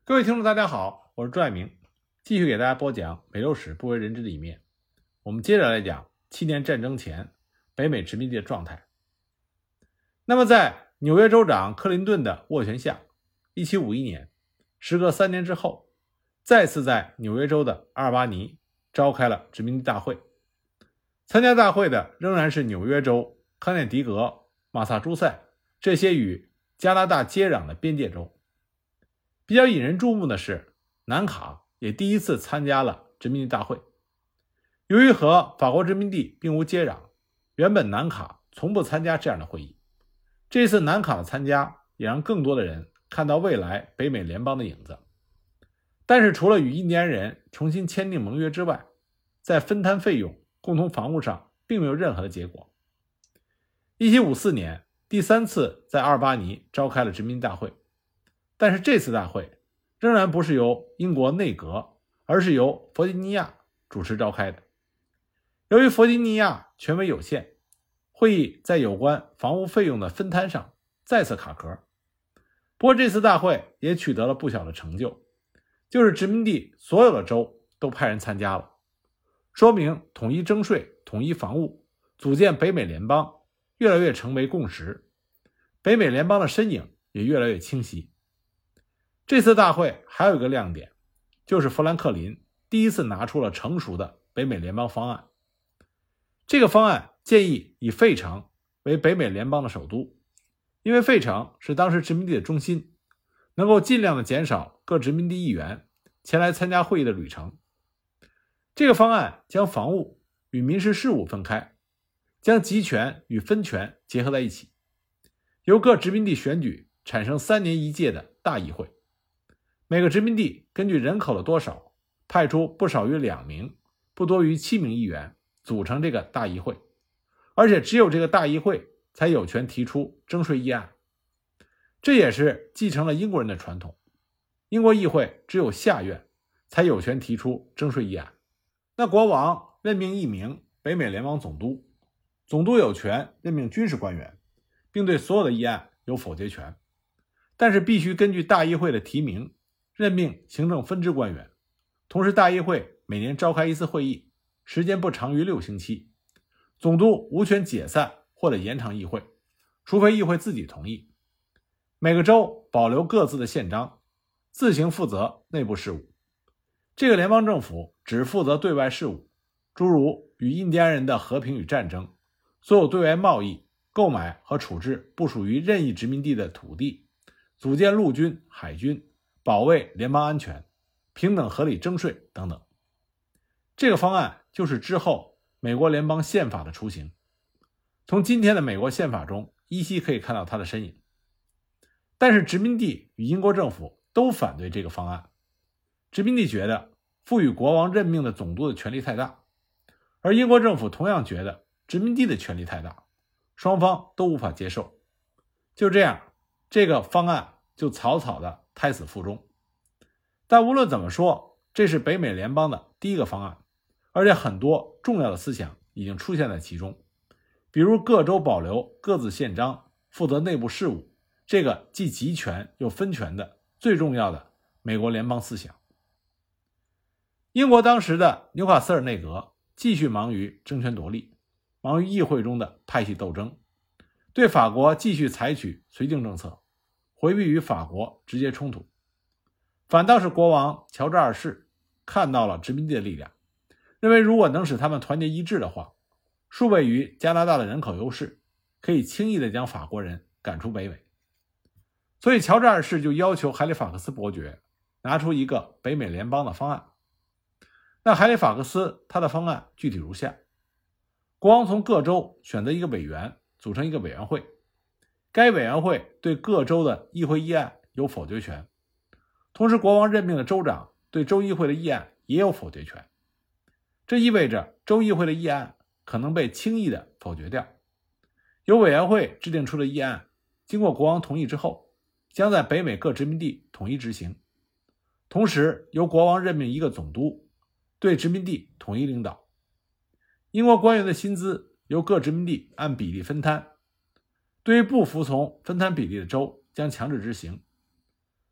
各位听众大家好，我是朱爱明，继续给大家播讲美洲史不为人知的一面。我们接着来讲7年战争前北美殖民地的状态。那么在纽约州长克林顿的斡旋下，1751年，时隔3年之后，再次在纽约州的阿尔巴尼召开了殖民地大会。参加大会的仍然是纽约州、康涅狄格、马萨诸塞这些与加拿大接壤的边界州。比较引人注目的是，南卡也第一次参加了殖民地大会。由于和法国殖民地并无接壤，原本南卡从不参加这样的会议。这次南卡的参加也让更多的人看到未来北美联邦的影子。但是除了与印第安人重新签订盟约之外，在分摊费用、共同防务上并没有任何的结果。1754年第3次在阿尔巴尼召开了殖民地大会，但是这次大会仍然不是由英国内阁，而是由弗吉尼亚主持召开的。由于弗吉尼亚权威有限，会议在有关防务费用的分摊上再次卡壳。不过这次大会也取得了不小的成就，就是殖民地所有的州都派人参加了，说明统一征税、统一防务、组建北美联邦越来越成为共识，北美联邦的身影也越来越清晰。这次大会还有一个亮点，就是富兰克林第一次拿出了成熟的北美联邦方案。这个方案建议以费城为北美联邦的首都，因为费城是当时殖民地的中心，能够尽量的减少各殖民地议员前来参加会议的旅程。这个方案将防务与民事事务分开，将集权与分权结合在一起，由各殖民地选举产生3年1届的大议会。每个殖民地根据人口的多少，派出不少于2名、不多于7名议员组成这个大议会，而且只有这个大议会才有权提出征税议案。这也是继承了英国人的传统，英国议会只有下院才有权提出征税议案。那国王任命1名北美联邦总督，总督有权任命军事官员，并对所有的议案有否决权，但是必须根据大议会的提名任命行政分支官员。同时大议会每年召开1次会议，时间不长于6星期，总督无权解散或者延长议会，除非议会自己同意。每个州保留各自的宪章，自行负责内部事务。这个联邦政府只负责对外事务，诸如与印第安人的和平与战争，所有对外贸易、购买和处置不属于任意殖民地的土地，组建陆军、海军，保卫联邦安全，平等合理征税等等。这个方案就是之后美国联邦宪法的雏形。从今天的美国宪法中依稀可以看到它的身影。但是殖民地与英国政府都反对这个方案。殖民地觉得赋予国王任命的总督的权力太大，而英国政府同样觉得殖民地的权力太大，双方都无法接受。就这样，这个方案就草草的胎死腹中。但无论怎么说，这是北美联邦的第一个方案，而且很多重要的思想已经出现在其中，比如各州保留各自宪章，负责内部事务，这个既集权又分权的最重要的美国联邦思想。英国当时的纽卡斯尔内阁继续忙于争权夺利，忙于议会中的派系斗争，对法国继续采取绥靖政策，回避与法国直接冲突。反倒是国王乔治二世看到了殖民地的力量，认为如果能使他们团结一致的话，数倍于加拿大的人口优势，可以轻易地将法国人赶出北美。所以乔治二世就要求海里法克斯伯爵拿出一个北美联邦的方案。那海里法克斯他的方案具体如下：国王从各州选择一个委员，组成一个委员会，该委员会对各州的议会议案有否决权，同时国王任命的州长对州议会的议案也有否决权。这意味着州议会的议案可能被轻易的否决掉。由委员会制定出的议案，经过国王同意之后，将在北美各殖民地统一执行，同时由国王任命一个总督，对殖民地统一领导。英国官员的薪资由各殖民地按比例分摊，对于不服从分摊比例的州将强制执行。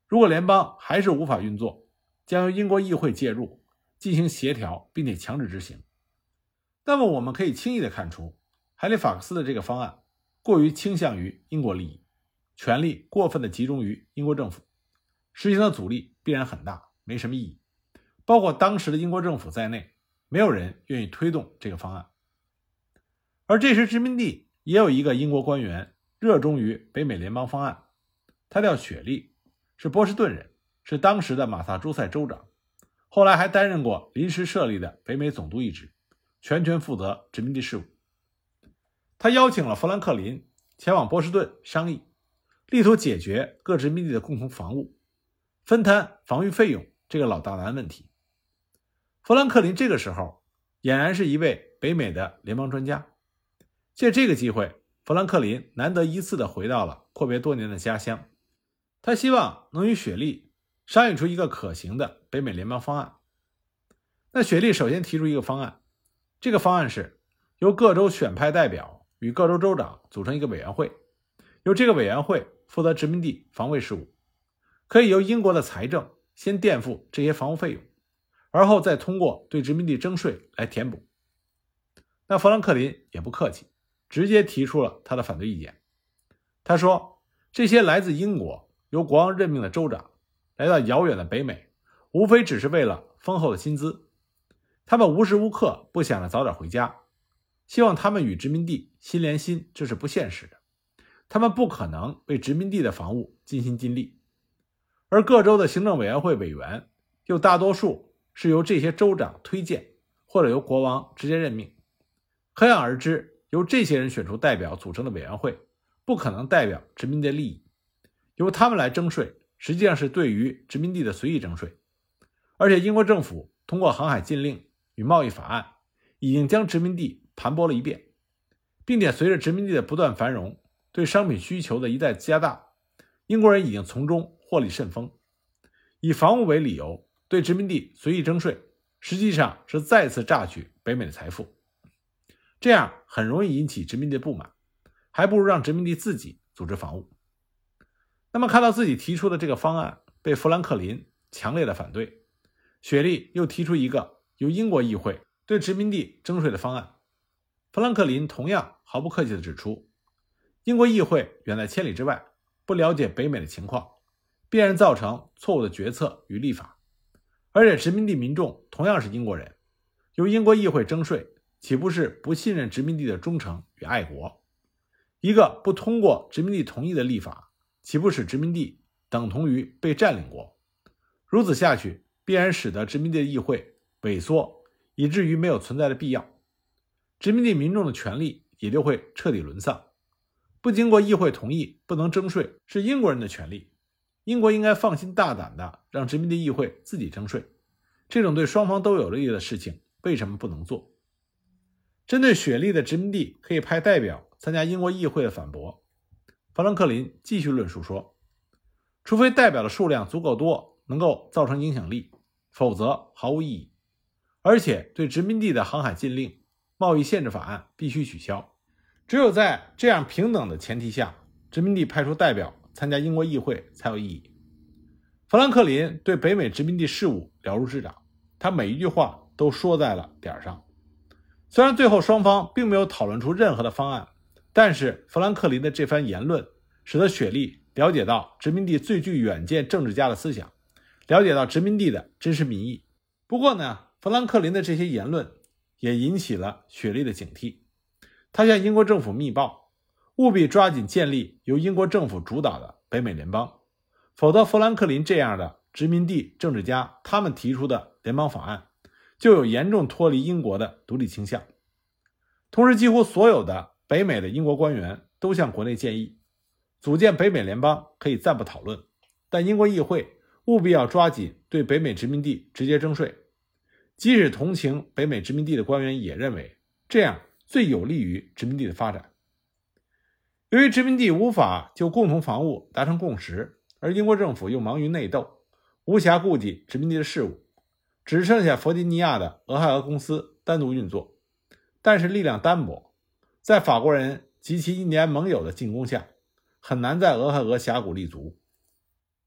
如果联邦还是无法运作，将由英国议会介入进行协调并且强制执行。那么我们可以轻易地看出，海利法克斯的这个方案过于倾向于英国利益，权力过分地集中于英国政府，实行的阻力必然很大，没什么意义。包括当时的英国政府在内，没有人愿意推动这个方案。而这时殖民地也有一个英国官员热衷于北美联邦方案，他叫雪莉，是波士顿人，是当时的马萨诸塞州长，后来还担任过临时设立的北美总督一职，全权负责殖民地事务。他邀请了富兰克林前往波士顿商议，力图解决各殖民地的共同防务，分摊防御费用这个老大难问题。富兰克林这个时候俨然是一位北美的联邦专家，借这个机会，富兰克林难得一次地回到了阔别多年的家乡，他希望能与雪莉商议出一个可行的北美联邦方案。那雪莉首先提出一个方案，这个方案是由各州选派代表与各州州长组成一个委员会，由这个委员会负责殖民地防卫事务，可以由英国的财政先垫付这些防务费用，而后再通过对殖民地征税来填补。那富兰克林也不客气，直接提出了他的反对意见。他说，这些来自英国由国王任命的州长来到遥远的北美，无非只是为了丰厚的薪资，他们无时无刻不想着早点回家，希望他们与殖民地心连心，这是不现实的，他们不可能为殖民地的防务尽心尽力。而各州的行政委员会委员又大多数是由这些州长推荐或者由国王直接任命，可想而知，由这些人选出代表组成的委员会不可能代表殖民地利益，由他们来征税实际上是对于殖民地的随意征税。而且英国政府通过航海禁令与贸易法案已经将殖民地盘剥了一遍，并且随着殖民地的不断繁荣，对商品需求的一再加大，英国人已经从中获利甚丰。以防务为理由对殖民地随意征税，实际上是再次榨取北美的财富，这样很容易引起殖民地的不满，还不如让殖民地自己组织防务。那么看到自己提出的这个方案被富兰克林强烈的反对，雪莉又提出一个由英国议会对殖民地征税的方案。富兰克林同样毫不客气地指出，英国议会远在千里之外，不了解北美的情况，必然造成错误的决策与立法。而且殖民地民众同样是英国人，由英国议会征税，岂不是不信任殖民地的忠诚与爱国？一个不通过殖民地同意的立法，岂不使殖民地等同于被占领国？如此下去，必然使得殖民地的议会萎缩，以至于没有存在的必要。殖民地民众的权利也就会彻底沦丧。不经过议会同意不能征税是英国人的权利，英国应该放心大胆地让殖民地议会自己征税，这种对双方都有利的事情为什么不能做？针对雪莉的殖民地可以派代表参加英国议会的反驳，富兰克林继续论述说，除非代表的数量足够多，能够造成影响力，否则毫无意义。而且对殖民地的航海禁令、贸易限制法案必须取消。只有在这样平等的前提下，殖民地派出代表参加英国议会才有意义。富兰克林对北美殖民地事务了如指掌，他每一句话都说在了点上。虽然最后双方并没有讨论出任何的方案，但是富兰克林的这番言论使得雪莉了解到殖民地最具远见政治家的思想，了解到殖民地的真实民意。不过呢，富兰克林的这些言论也引起了雪莉的警惕，他向英国政府密报，务必抓紧建立由英国政府主导的北美联邦，否则富兰克林这样的殖民地政治家他们提出的联邦法案就有严重脱离英国的独立倾向。同时几乎所有的北美的英国官员都向国内建议，组建北美联邦可以暂不讨论，但英国议会务必要抓紧对北美殖民地直接征税。即使同情北美殖民地的官员也认为这样最有利于殖民地的发展。由于殖民地无法就共同防务达成共识，而英国政府又忙于内斗，无暇顾及殖民地的事务，只剩下弗吉尼亚的俄亥俄公司单独运作。但是力量单薄，在法国人及其印第安盟友的进攻下，很难在俄亥俄峡谷立足。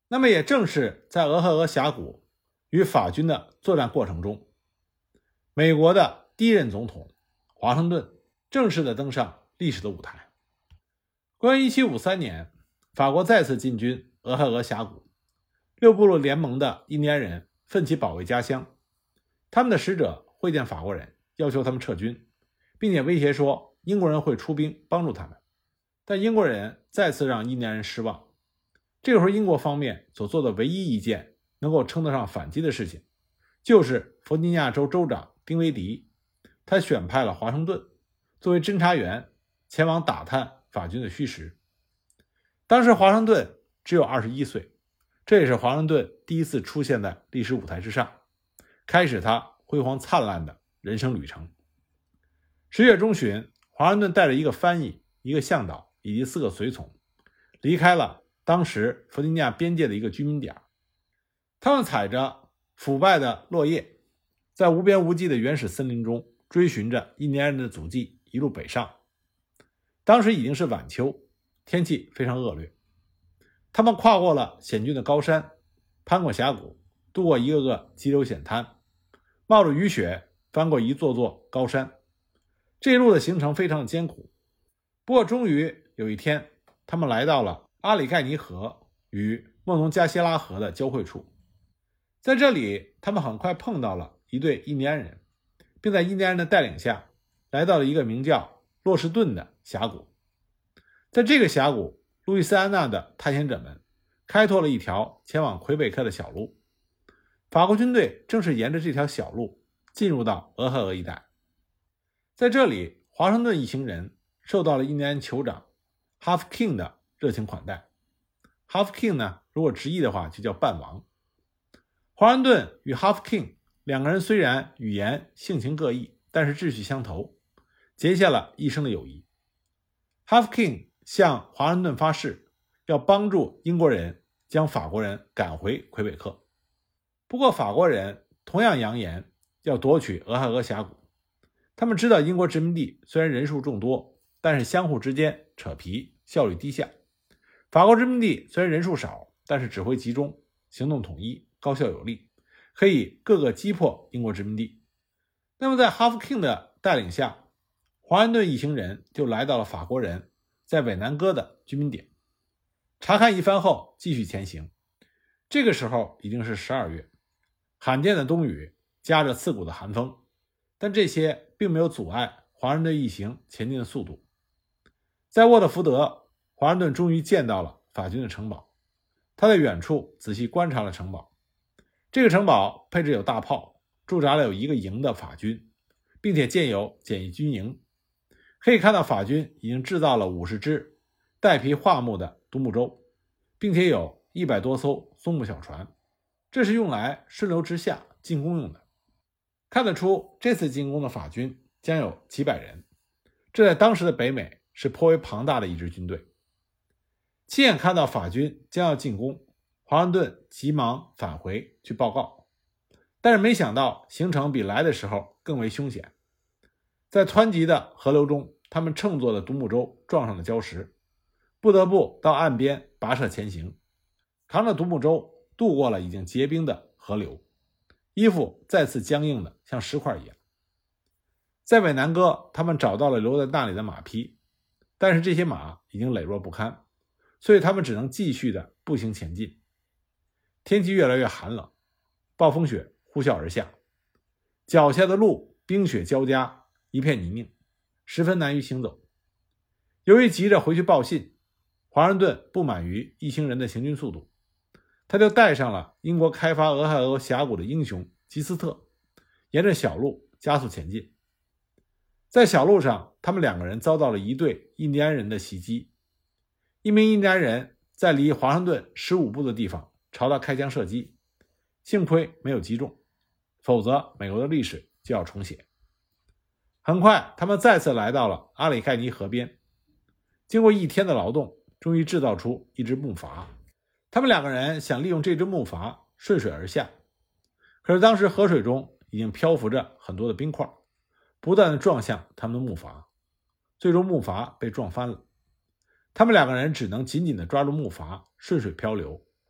那么也正是在俄亥俄峡谷与法军的作战过程中，美国的第一任总统华盛顿正式的登上历史的舞台。关于1753年法国再次进军俄亥俄峡谷，六部落联盟的印第安人奋起保卫家乡，他们的使者会见法国人，要求他们撤军，并且威胁说英国人会出兵帮助他们。但英国人再次让印第安人失望。这个时候英国方面所做的唯一一件能够称得上反击的事情，就是弗吉尼亚州州长丁威迪，他选派了华盛顿作为侦察员前往打探法军的虚实。当时华盛顿只有21岁，这也是华盛顿第一次出现在历史舞台之上，开始他辉煌灿烂的人生旅程。10月中旬，华盛顿带着一个翻译、一个向导以及4个随从，离开了当时弗吉尼亚边界的一个居民点。他们踩着腐败的落叶，在无边无际的原始森林中追寻着印第安人的足迹，一路北上。当时已经是晚秋，天气非常恶劣。他们跨过了险峻的高山，攀过峡谷，渡过一个个急流险滩，冒着雨雪翻过一座座高山。这一路的行程非常的艰苦，不过终于有一天，他们来到了阿里盖尼河与莫农加西拉河的交汇处。在这里，他们很快碰到了一队印第安人，并在印第安人的带领下来到了一个名叫洛士顿的峡谷。在这个峡谷，路易斯安那的探险者们开拓了一条前往魁北克的小路。法国军队正是沿着这条小路进入到俄亥俄一带。在这里，华盛顿一行人受到了印第安酋长 Half King 的热情款待。Half King 呢，如果直译的话就叫半王。华盛顿与 Half King 两个人虽然语言性情各异，但是志趣相投，结下了一生的友谊。Half King 向华盛顿发誓，要帮助英国人将法国人赶回魁北克。不过法国人同样扬言要夺取俄亥俄峡谷。他们知道英国殖民地虽然人数众多，但是相互之间扯皮，效率低下。法国殖民地虽然人数少，但是指挥集中，行动统一，高效有力，可以各个击破英国殖民地。那么在哈弗 King 的带领下，华盛顿一行人就来到了法国人在韦南戈的居民点。查看一番后继续前行。这个时候已经是12月，罕见的冬雨夹着刺骨的寒风，但这些并没有阻碍华盛顿一行前进的速度。在沃特福德，华盛顿终于见到了法军的城堡。他在远处仔细观察了城堡。这个城堡配置有大炮，驻扎了有1个营的法军，并且建有简易军营。可以看到法军已经制造了50只带皮桦木的独木舟，并且有100多艘松木小船，这是用来顺流直下进攻用的。看得出这次进攻的法军将有几百人，这在当时的北美是颇为庞大的一支军队。亲眼看到法军将要进攻，华盛顿急忙返回去报告，但是没想到行程比来的时候更为凶险。在湍急的河流中，他们乘坐的独木舟撞上了礁石，不得不到岸边跋涉前行，扛着独木舟渡过了已经结冰的河流，衣服再次僵硬的像石块一样。在韦南戈，他们找到了留在那里的马匹，但是这些马已经羸弱不堪，所以他们只能继续的步行前进。天气越来越寒冷，暴风雪呼啸而下，脚下的路冰雪交加，一片泥泞，十分难于行走。由于急着回去报信，华盛顿不满于一行人的行军速度，他就带上了英国开发俄亥俄峡谷的英雄吉斯特，沿着小路加速前进。在小路上，他们2个人遭到了一队印第安人的袭击。一名印第安人在离华盛顿15步的地方朝他开枪射击，幸亏没有击中，否则美国的历史就要重写。很快，他们再次来到了阿里盖尼河边，经过1天的劳动，终于制造出一只木筏。他们2个人想利用这只木筏顺水而下，可是当时河水中已经漂浮着很多的冰块，不断的撞向他们的木筏，最终木筏被撞翻了。他们2个人只能紧紧地抓住木筏，顺水漂流。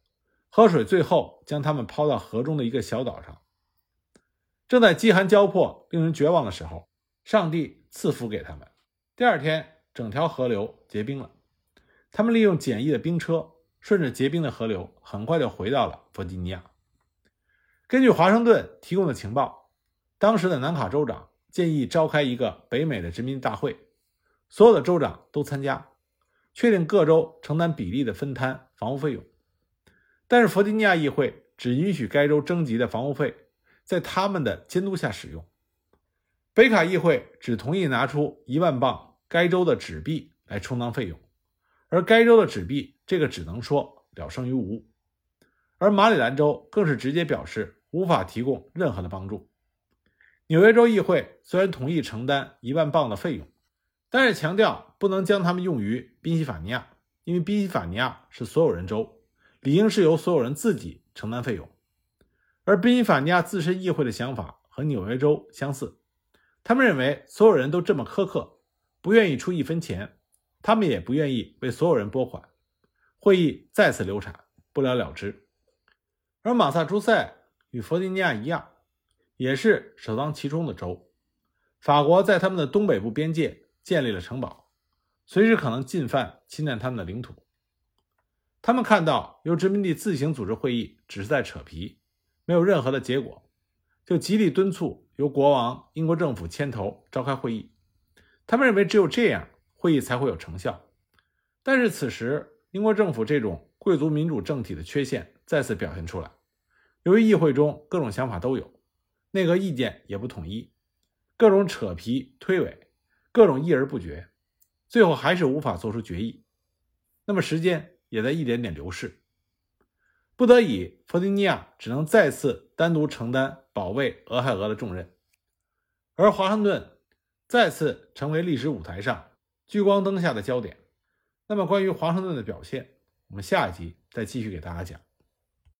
河水最后将他们抛到河中的一个小岛上。正在饥寒交迫、令人绝望的时候，上帝赐福给他们。第二天，整条河流结冰了。他们利用简易的冰车，顺着结冰的河流，很快就回到了弗吉尼亚。根据华盛顿提供的情报，当时的南卡州长建议召开一个北美的殖民大会，所有的州长都参加，确定各州承担比例的分摊房屋费用。但是弗吉尼亚议会只允许该州征集的房屋费在他们的监督下使用。北卡议会只同意拿出1万磅该州的纸币来充当费用，而该州的纸币这个只能说了胜于无。而马里兰州更是直接表示无法提供任何的帮助。纽约州议会虽然同意承担1万磅的费用，但是强调不能将它们用于宾夕法尼亚，因为宾夕法尼亚是所有人州，理应是由所有人自己承担费用。而宾夕法尼亚自身议会的想法和纽约州相似，他们认为所有人都这么苛刻，不愿意出1分钱，他们也不愿意为所有人拨款。会议再次流产，不了了之。而马萨诸塞与弗吉尼亚一样，也是首当其冲的州。法国在他们的东北部边界建立了城堡，随时可能进犯侵占他们的领土。他们看到由殖民地自行组织会议只是在扯皮，没有任何的结果，就极力敦促由国王、英国政府牵头召开会议。他们认为只有这样，会议才会有成效。但是此时，英国政府这种贵族民主政体的缺陷再次表现出来。由于议会中各种想法都有，内阁意见也不统一，各种扯皮推诿，各种议而不决，最后还是无法做出决议。那么时间也在一点点流逝，不得已，弗吉尼亚只能再次单独承担保卫俄亥俄的重任，而华盛顿再次成为历史舞台上聚光灯下的焦点。那么关于华盛顿的表现，我们下一集再继续给大家讲。